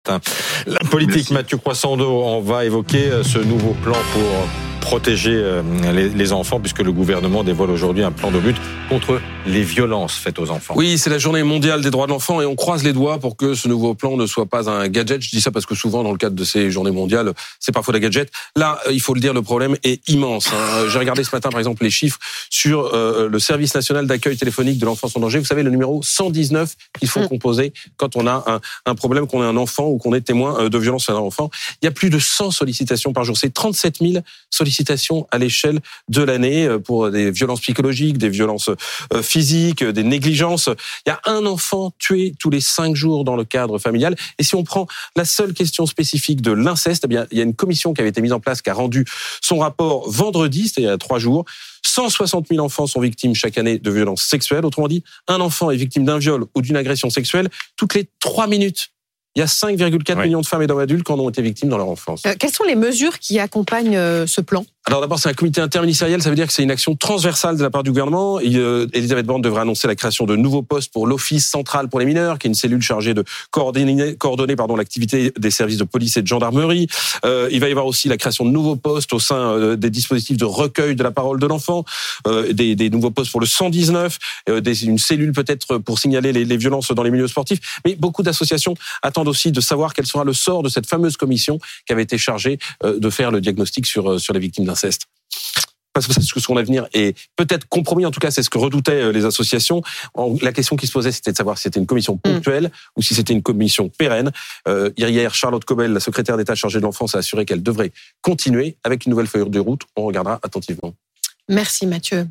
La politique, merci. Mathieu Croissando, on va évoquer ce nouveau plan pour protéger les enfants, puisque le gouvernement dévoile aujourd'hui un plan de lutte contre les violences faites aux enfants. Oui, c'est la journée mondiale des droits de l'enfant et on croise les doigts pour que ce nouveau plan ne soit pas un gadget. Je dis ça parce que souvent, dans le cadre de ces journées mondiales, c'est parfois des gadgets. Là, il faut le dire, le problème est immense. J'ai regardé ce matin, par exemple, les chiffres sur le service national d'accueil téléphonique de l'enfance en danger. Vous savez, le numéro 119 qu'il faut composer quand on a un problème, qu'on est un enfant ou qu'on est témoin de violence à un enfant. Il y a plus de 100 sollicitations par jour. C'est 37 000 sollicitations à l'échelle de l'année pour des violences psychologiques, des violences physiques, des négligences. Il y a un enfant tué tous les 5 jours dans le cadre familial. Et si on prend la seule question spécifique de l'inceste, eh bien, il y a une commission qui avait été mise en place, qui a rendu son rapport vendredi, c'était il y a 3 jours. 160 000 enfants sont victimes chaque année de violences sexuelles. Autrement dit, un enfant est victime d'un viol ou d'une agression sexuelle toutes les 3 minutes. Il y a 5,4 millions de femmes et d'hommes adultes qui en ont été victimes dans leur enfance. Quelles sont les mesures qui accompagnent ce plan ? Alors d'abord, c'est un comité interministériel, ça veut dire que c'est une action transversale de la part du gouvernement. Elisabeth Borne devrait annoncer la création de nouveaux postes pour l'Office central pour les mineurs, qui est une cellule chargée de coordonner l'activité des services de police et de gendarmerie. Il va y avoir aussi la création de nouveaux postes au sein des dispositifs de recueil de la parole de l'enfant, des nouveaux postes pour le 119, une cellule peut-être pour signaler les violences dans les milieux sportifs. Mais beaucoup d'associations attendent aussi de savoir quel sera le sort de cette fameuse commission qui avait été chargée de faire le diagnostic sur les victimes d'inceste. Parce que son avenir est peut-être compromis, en tout cas c'est ce que redoutaient les associations. La question qui se posait, c'était de savoir si c'était une commission ponctuelle ou si c'était une commission pérenne. Hier, Charlotte Cobel, la secrétaire d'État chargée de l'enfance, a assuré qu'elle devrait continuer avec une nouvelle feuille de route. On regardera attentivement. Merci Mathieu.